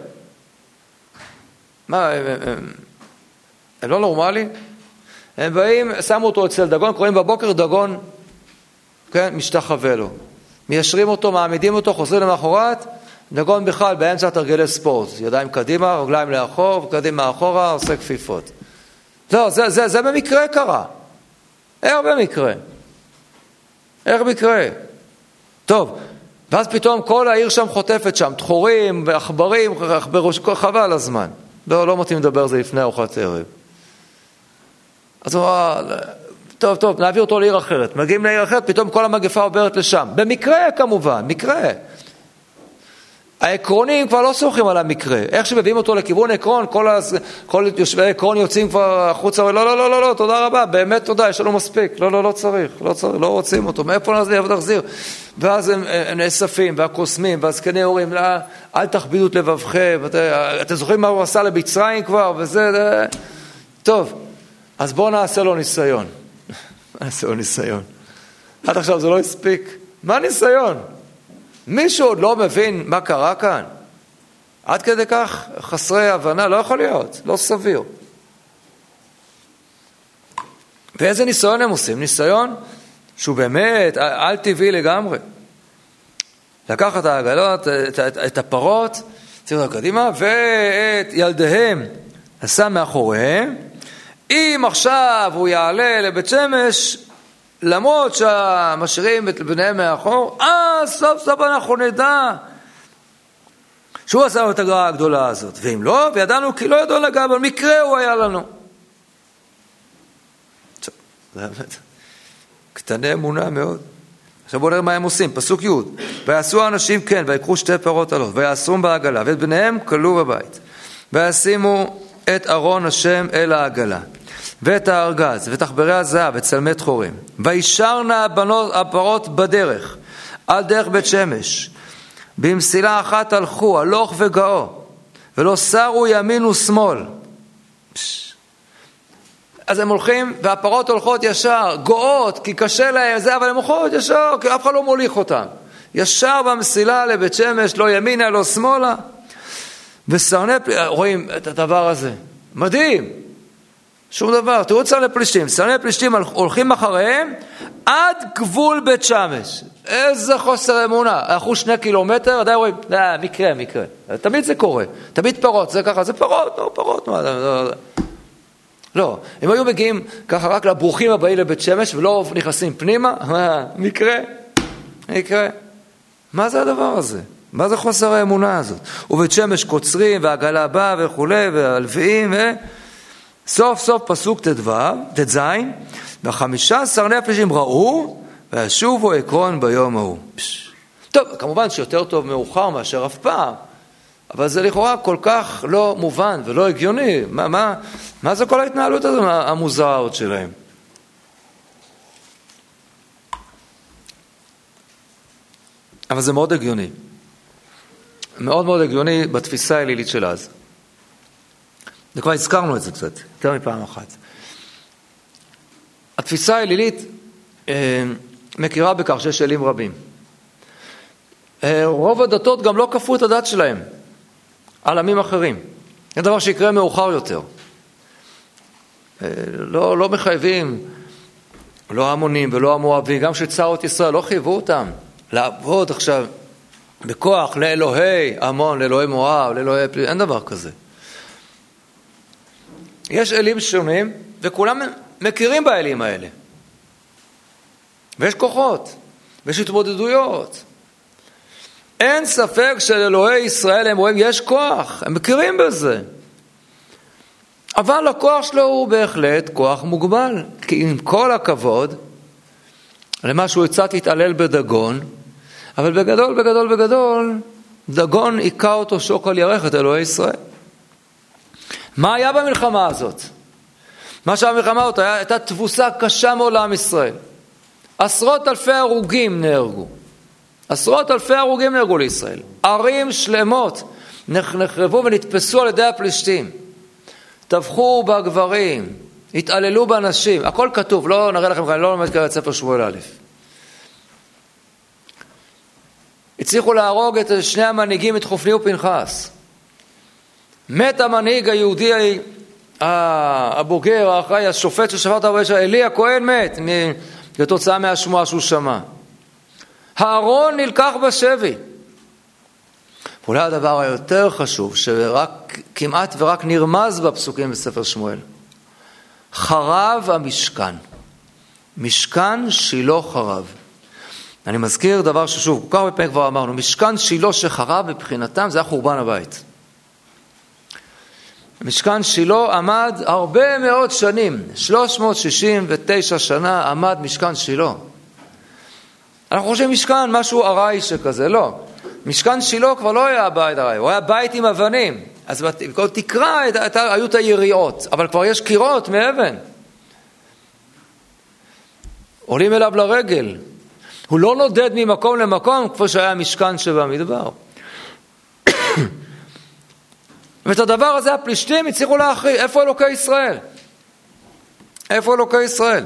מה, הם לא נורמלי? הם באים, שמו אותו אצל דגון, קוראים בבוקר דגון, כן, משתחווה לו. מיישרים אותו, מעמידים אותו, חוזרים למחרת, דגון בכלל באמצע תרגילי ספורט. ידיים קדימה, רגליים לאחור, קדימה מאחורה, עושה כפיפות. לא, זה במקרה קרה. איך במקרה? איך מקרה? טוב, ואז פתאום כל העיר שם חוטפת שם, תחורים, עכברים, חבל הזמן. לא מתאים לדבר על זה לפני ארוחת ערב. אז הוא אמר, טוב, נעביר אותו לעיר אחרת. מגיעים לעיר אחרת, פתאום כל המגפה עוברת לשם. במקרה כמובן, מקרה. העקרונים כבר לא סומכים על המקרה. איך שמביאים אותו לכיוון עקרון, כל יושבי העקרון יוצאים כבר החוצה, לא, תודה רבה, באמת תודה, יש לנו מספיק. לא צריך, לא רוצים אותו. מאיפה נחזיר? ואז הם נאספים והקוסמים והזקני הורים, אל תכבידו את לבבכם, אתם זוכרים מה הוא עשה למצרים כבר, וזה, טוב, אז בואו נעשה לו ניסיון. נעשה לו ניסיון. עד עכשיו זה לא הספיק. מה ניסיון? מישהו עוד לא מבין מה קרה כאן? עד כדי כך חסרי הבנה, לא יכול להיות, לא סביר. ואיזה ניסיון הם עושים? ניסיון שהוא באמת על טבעי לגמרי. לקחת את העגלות, את הפרות, צירו קדימה, ואת ילדיהם שם מאחוריהם. אם עכשיו הוא יעלה לבית שמש, למרות שהמשאירים את בניהם מאחור, סוף סוף אנחנו נדע שהוא עשה לו את הגרעה הגדולה הזאת. ואם לא, וידענו כי לא ידעו לגע, אבל מקרה הוא היה לנו. זה באמת קטני אמונה מאוד. עכשיו בואו נראה מה הם עושים. פסוק י' ויעשו האנשים כן, ויקחו 2 פרות עלות, ויעשרום בעגלה, ואת בניהם כלו בבית. וישימו את ארון השם אל העגלה, ואת הארגז, ואת עכברי הזהב, ואת צלמי תחורים. וישרנה הפרות בדרך, על דרך בית שמש. במסילה אחת הלכו, הלוך וגאו, ולא סרו ימין ושמאל. אז הם הולכים, והפרות הולכות ישר, גאות, כי קשה להם זה, אבל הם הולכות ישר, כי אף אחד לא מוליך אותם. ישר במסילה לבית שמש, לא ימינה, לא שמאלה. וסרני, רואים את הדבר הזה. מדהים. שום דבר. תראו את סרני פלישתים. סרני פלישתים הולכים אחריהם, עד גבול בית שמש. איזה חוסר אמונה. הלכו 2 קילומטר, עדיין רואים, מקרה. תמיד זה קורה. תמיד פרות, זה ככה, זה פרות. לא, הם היו מגיעים ככה רק לברוכים הבאים לבית שמש, ולא נכנסים פנימה, מקרה. מה זה הדבר הזה? מה זה חוסר האמונה הזאת? ובית שמש קוצרים, והעגלה באה וכו', והלוויים, סוף סוף פסוק ט"ז, 15 נפשים ראו, וישובו עקרון ביום ההוא. טוב, כמובן שיותר טוב מאוחר מאשר אף פעם, אבל זה לכאורה כל כך לא מובן ולא הגיוני. מה זה כל ההתנהלות הזאת המוזרה שלהם? אבל זה מאוד הגיוני. מאוד מאוד הגיוני בתפיסה האלילית של אז. וכבר הזכרנו את זה קצת, יותר מפעם אחת. התפיסה האלילית מכירה בכך שיש אלים רבים. רוב הדתות גם לא כפו את הדת שלהם על עמים אחרים. זה דבר שיקרה מאוחר יותר. לא מחייבים, לא המונים ולא המואבים, גם שצרות ישראל לא חייבו אותם לעבוד עכשיו בכוח לאלוהי עמון, לאלוהי מואב, לאלוהי פלישתים, אין דבר כזה. יש אלים שונים וכולם מכירים באלים האלה. ויש כוחות, ויש התמודדויות. אין ספק שלאלוהי ישראל הם רואים, יש כוח, הם מכירים בזה. אבל הכוח שלו הוא בהחלט כוח מוגבל. כי עם כל הכבוד, למה שהוא קצת התעלל בדגון, אבל בגדול, דגון עיקה אותו שוק על ירך את אלוהי ישראל. מה היה במלחמה הזאת? מה שהמלחמה הזאת הייתה תבוסה קשה מאוד לעם ישראל. 10,000 הרוגים נהרגו. 10,000 הרוגים נהרגו לישראל. ערים שלמות נחרבו ונתפסו על ידי הפלישתים. טבחו בגברים, התעללו באנשים. הכל כתוב, לא נראה לכם, אני לא לומד כרגע את ספר שמואל א'. הצליחו להרוג את 2 המנהיגים, את חופני ופנחס. מת המנהיג היהודי הבוגר, האחראי, השופט ששפט הרבה שעה, אלי הכהן מת, כתוצאה מהשמועה שהוא שמע. הארון נלקח בשבי. ואולי הדבר היותר חשוב, כמעט ורק נרמז בפסוקים בספר שמואל. חרב המשכן. משכן שילה חרב. אני מזכיר דבר ששוב, כל כך הרבה פעמים כבר אמרנו, משכן שילה שחרב מבחינתם זה היה חורבן הבית. משכן שילה עמד הרבה מאוד שנים, 369 שנה עמד משכן שילה. אנחנו חושבים משכן משהו ארעי שכזה, לא. משכן שילה כבר לא היה בית ארעי, הוא היה בית עם אבנים. אז בכל תקרא היו את היריעות, אבל כבר יש קירות מאבן. עולים אליו לרגל. הוא לא נודד ממקום למקום כמו שהיה המשכן שבמדבר. ואת הדבר הזה הפלישתים הצליחו להכריע. איפה אלוקי ישראל? איפה אלוקי ישראל?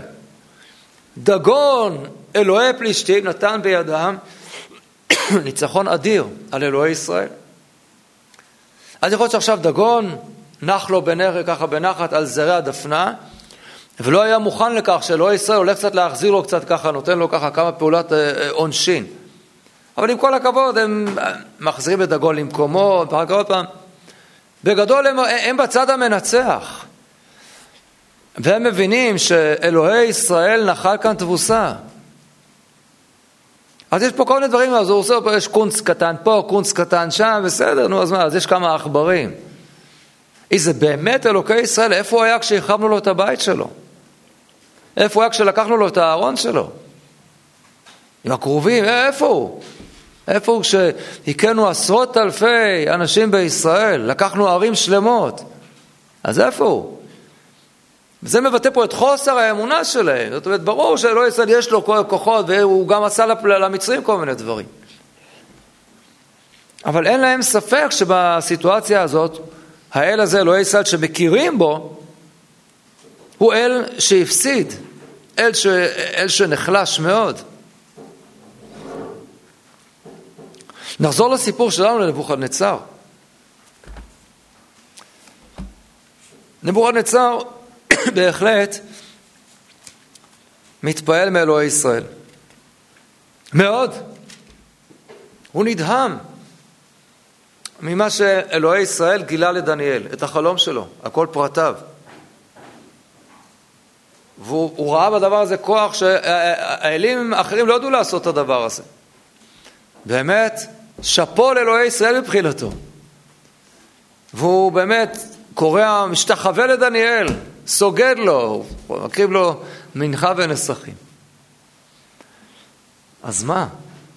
דגון אלוהי פלישתים נתן בידם ניצחון אדיר על אלוהי ישראל. אז יכול להיות שעכשיו דגון נח לו ככה בנחת על זרי הדפנה, ולא היה מוכן לכך שאלוהי ישראל הולך קצת להחזיר לו קצת ככה, נותן לו ככה כמה פעולת עונשין. אבל עם כל הכבוד הם מחזירים את דגון למקומו, עוד פעם. בגדול הם בצד המנצח. והם מבינים שאלוהי ישראל נחל כאן תבוסה. אז יש פה כל מיני דברים, אז הוא עושה פה, יש קונץ קטן פה, קונץ קטן שם, בסדר, נו, אז מה, אז יש כמה עכברים. זה באמת אלוקי ישראל, איפה הוא היה כשהחרבנו לו את הבית שלו? איפה הוא היה כשלקחנו לו את הארון שלו? עם הקרובים, איפה הוא? איפה הוא כשהכינו עשרות אלפי אנשים בישראל, לקחנו ערים שלמות? אז איפה הוא? וזה מבטא פה את חוסר האמונה שלהם. זאת אומרת, ברור שאלוהי ישראל יש לו כוחות, והוא גם עשה למצרים כל מיני דברים. אבל אין להם ספק שבסיטואציה הזאת, האל הזה, אלוהי ישראל שמכירים בו, הוא אל שהפסיד, אל שנחלש מאוד. נחזור לסיפור שלנו לנבוכדנצר. נבוכדנצר בהחלט מתפעל מאלוהי ישראל. מאוד. הוא נדהם ממה שאלוהי ישראל גילה לדניאל, את החלום שלו, הכל פרטיו. והוא ראה בדבר הזה כוח שהאלים האחרים לא ידעו לעשות את הדבר הזה. באמת, שפו לאלוהי ישראל מבחינתו. והוא באמת קורא, משתחווה לדניאל, סוגד לו, מקריב לו מנחה ונסכים. אז מה?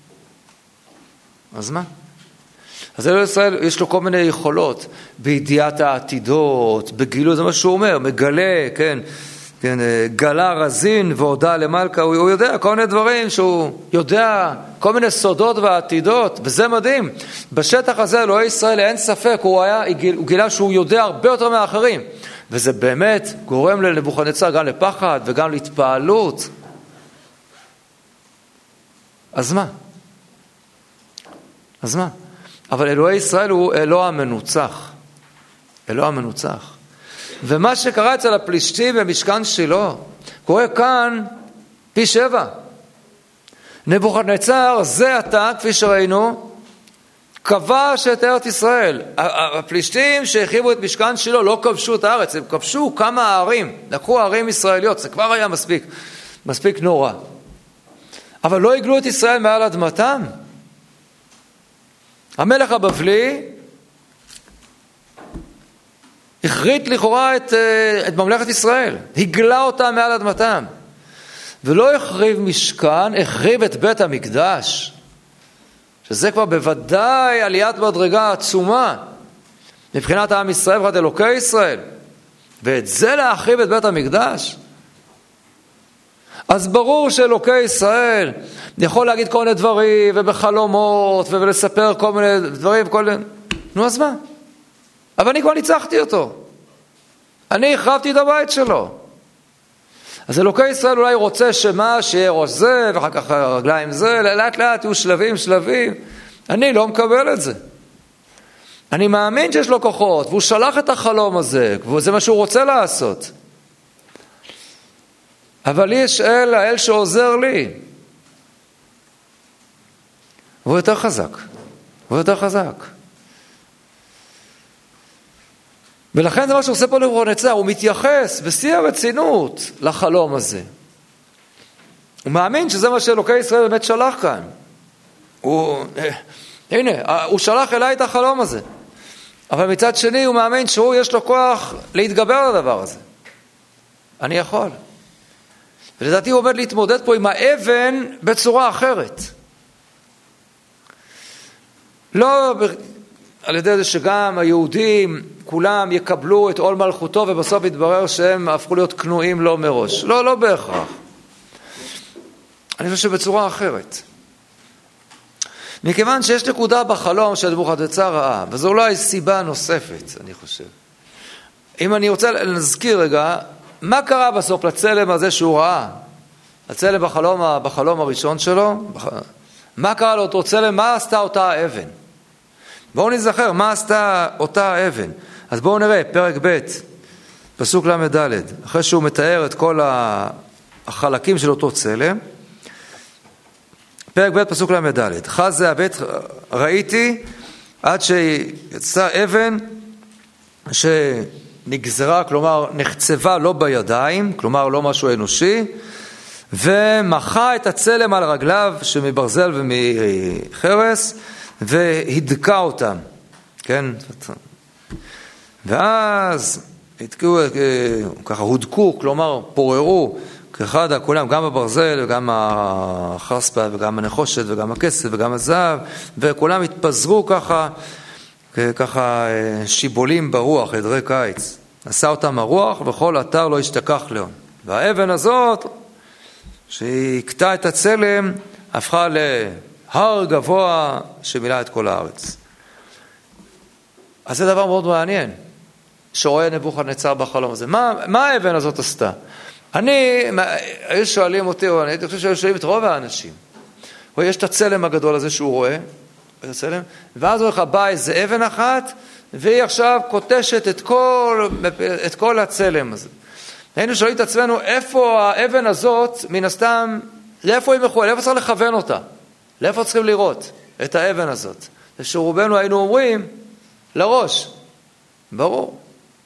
אז אלוהי ישראל יש לו כל מיני יכולות, בידיעת העתידות, בגילוי, זה מה שהוא אומר, מגלה, כן, גלה רזין והודע למלכה, הוא יודע כל מיני דברים שהוא יודע, כל מיני סודות ועתידות, וזה מדהים. בשטח הזה אלוהי ישראל אין ספק, הוא גילה שהוא יודע הרבה יותר מאחרים, וזה באמת גורם לנבוכדנצר גם לפחד וגם להתפעלות. אז מה? אבל אלוהי ישראל הוא אלוה המנוצח. אלוה המנוצח. ומה שקרה אצל הפלישתים במשכן שילה, קורה כאן פי 7. נבוכדנצר זה עתה, כפי שראינו, כבש את ארץ ישראל. הפלישתים שהחריבו את משכן שילה לא כבשו את הארץ, הם כבשו כמה ערים, לקחו ערים ישראליות, זה כבר היה מספיק נורא. אבל לא הגלו את ישראל מעל אדמתם. המלך הבבלי החריט לכאורה את ממלכת ישראל, הגלה אותה מעל אדמתם, ולא החריב משכן, החריב את בית המקדש, שזה כבר בוודאי עליית מדרגה עצומה מבחינת העם ישראל ובחינת אלוקי ישראל, ואת זה להחריב את בית המקדש. אז ברור שאלוקי ישראל יכול להגיד כל מיני דברים ובחלומות ולספר כל מיני דברים, נו אז מה? אבל אני כבר ניצחתי אותו, אני החרבתי את הבית שלו. אז אלוקי ישראל אולי רוצה שיהיה ראש זה ואחר כך רגליים זה, לאט לאט יהיו שלבים. אני לא מקבל את זה. אני מאמין שיש לו כוחות והוא שלח את החלום הזה וזה מה שהוא רוצה לעשות, אבל יש האל שעוזר לי, והוא יותר חזק. ולכן זה מה שעושה פה נבוכדנצר, הוא מתייחס בשיא הרצינות לחלום הזה. הוא מאמין שזה מה שאלוקי ישראל באמת שלח כאן. הנה, הוא שלח אליי את החלום הזה. אבל מצד שני הוא מאמין שהוא יש לו כוח להתגבר על הדבר הזה. אני יכול. ולדעתי הוא עומד להתמודד פה עם האבן בצורה אחרת. לא על ידי זה שגם היהודים כולם יקבלו את עול מלכותו ובסוף יתברר שהם הפכו להיות כנועים לו מראש. לא בהכרח. אני חושב שבצורה אחרת. מכיוון שיש נקודה בחלום של נבוכדנצר ראה, וזו אולי סיבה נוספת, אני חושב. אם אני רוצה להזכיר רגע, מה קרה בסוף לצלם הזה שהוא ראה? הצלם בחלום הראשון שלו, מה קרה לאותו צלם? מה עשתה אותה אבן? בואו נזכר, מה עשתה אותה אבן? אז בואו נראה, פרק ב', פסוק למד ד', אחרי שהוא מתאר את כל החלקים של אותו צלם, פרק ב' פסוק למד ד', חז זה הבית ראיתי עד שיצאה אבן שנגזרה, כלומר נחצבה לא בידיים, כלומר לא משהו אנושי, ומחה את הצלם על רגליו שמברזל ומחרס, והדקה אותם, כן? ואז ככה הודקו, כלומר פוררו, כאחד הכולם, גם הברזל וגם החרספה וגם הנחושת וגם הכסף וגם הזהב, וכולם התפזרו ככה שיבולים ברוח, עדרי קיץ. עשה אותם הרוח וכל אתר לא השתכח להם. והאבן הזאת, שהיא הקטעה את הצלם, הפכה להר גבוה שמילא את כל הארץ. אז זה דבר מאוד מעניין, שרואה נבוכדנצר בחלום הזה. מה האבן הזאת עשתה? היו שואלים אותי, או אני חושב שהיו שואלים את רוב האנשים. יש את הצלם הגדול הזה שהוא רואה, ואז הוא בא איזה אבן אחת, והיא עכשיו קוטשת את כל הצלם הזה. היינו שואלים את עצמנו, איפה האבן הזאת, מן הסתם, לאיפה היא מחויבת? לאיפה צריך לכוון אותה? לאיפה צריכים לראות את האבן הזאת? שרובנו היינו אומרים, לראש. ברור.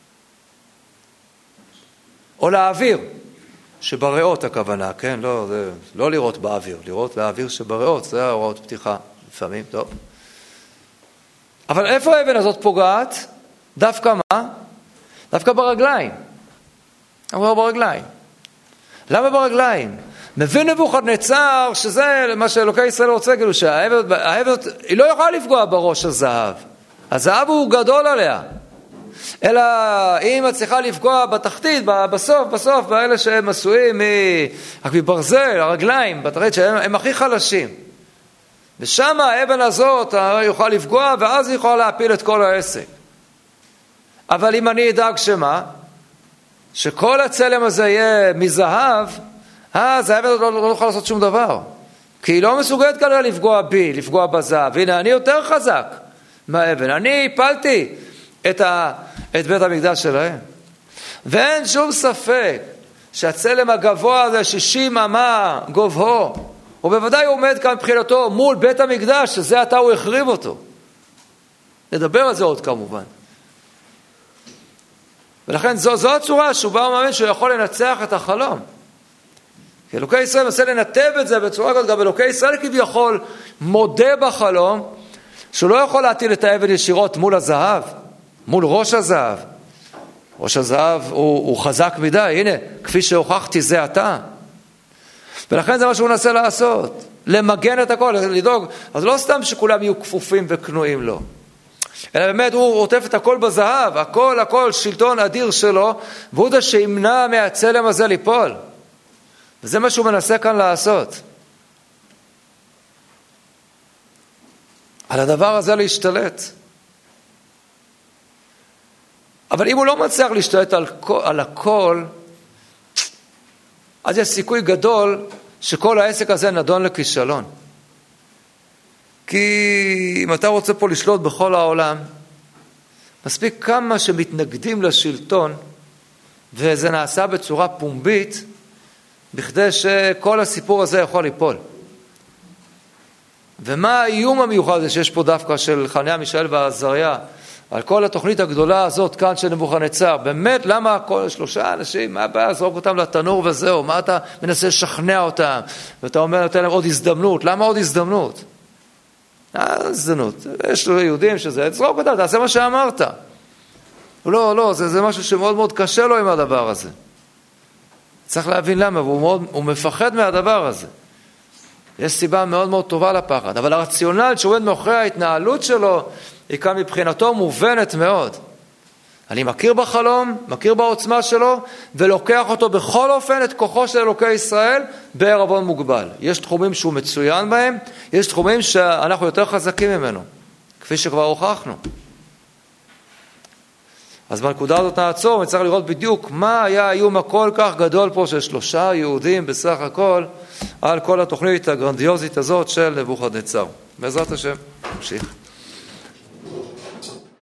או לאוויר, שבריאות הכוונה, כן? לא לראות באוויר, לראות באוויר שבריאות, זה ההוראות פתיחה לפעמים, טוב. אבל איפה האבן הזאת פוגעת? דווקא מה? דווקא ברגליים. אמרו ברגליים. למה ברגליים? מבין נבוכדנצר שזה מה שאלוקי ישראל רוצה, כאילו שהאבן הזאת, היא לא יכולה לפגוע בראש הזהב. הזהב הוא גדול עליה. אלא אם את צריכה לפגוע בתחתית, בסוף, באלה שהם עשויים מברזל, הרגליים, בתחתית שהם הכי חלשים. ושם האבן הזאת יוכל לפגוע, ואז היא יכולה להפיל את כל העסק. אבל אם אני אדאג שמה? שכל הצלם הזה יהיה מזהב, אז האבן הזאת לא יוכל לעשות שום דבר. כי היא לא מסוגלת כנראה לפגוע בי, לפגוע בזהב. הנה, אני יותר חזק מהאבן. אני הפלתי את בית המקדש שלהם. ואין שום ספק שהצלם הגבוה הזה 60 אמה גובהו, ובוודאי הוא עומד כאן מבחינתו מול בית המקדש, שזה עתה הוא החריב אותו. נדבר על זה עוד כמובן. ולכן זו הצורה שהוא בא ומאמין שהוא יכול לנצח את החלום. כי אלוקי ישראל מנסה לנתב את זה בצורה כזאת, גם אלוקי ישראל כביכול מודה בחלום, שהוא לא יכול להטיל את האבן ישירות מול הזהב, מול ראש הזהב. ראש הזהב הוא חזק מדי, הנה, כפי שהוכחתי זה עתה. ולכן זה מה שהוא מנסה לעשות, למגן את הכל, לדאוג. אז לא סתם שכולם יהיו כפופים וכנועים לו, אלא באמת הוא עוטף את הכל בזהב, הכל שלטון אדיר שלו, והוא זה שימנע מהצלם הזה ליפול. וזה מה שהוא מנסה כאן לעשות. על הדבר הזה להשתלט. אבל אם הוא לא מצליח להשתלט על הכל, אז יש סיכוי גדול שכל העסק הזה נדון לכישלון. כי אם אתה רוצה פה לשלוט בכל העולם, מספיק כמה שמתנגדים לשלטון, וזה נעשה בצורה פומבית, בכדי שכל הסיפור הזה יכול ליפול. ומה האיום המיוחד הזה שיש פה דווקא של חניה, מישאל ועזריה, על כל התוכנית הגדולה הזאת כאן של נבוכדנצר? באמת, למה כל 3 אנשים, מה הבעיה? זרוק אותם לתנור וזהו, מה אתה מנסה לשכנע אותם? ואתה אומר, נותן להם עוד הזדמנות. למה עוד הזדמנות? הזדמנות. יש יהודים שזה, זרוק אותם, תעשה מה שאמרת. לא, זה משהו שמאוד מאוד קשה לו עם הדבר הזה. צריך להבין למה, הוא מפחד מהדבר הזה. יש סיבה מאוד מאוד טובה לפחד, אבל הרציונל שעומד מאחורי ההתנהלות שלו, היא כאן מבחינתו מובנת מאוד. אני מכיר בחלום, מכיר בעוצמה שלו, ולוקח אותו בכל אופן את כוחו של אלוקי ישראל בערבון מוגבל. יש תחומים שהוא מצוין בהם, יש תחומים שאנחנו יותר חזקים ממנו, כפי שכבר הוכחנו. אז בנקודה הזאת נעצור, וצריך לראות בדיוק מה היה האיום הכל כך גדול פה של 3 יהודים בסך הכל, על כל התוכנית הגרנדיוזית הזאת של נבוכדנצר. בעזרת השם, נמשיך.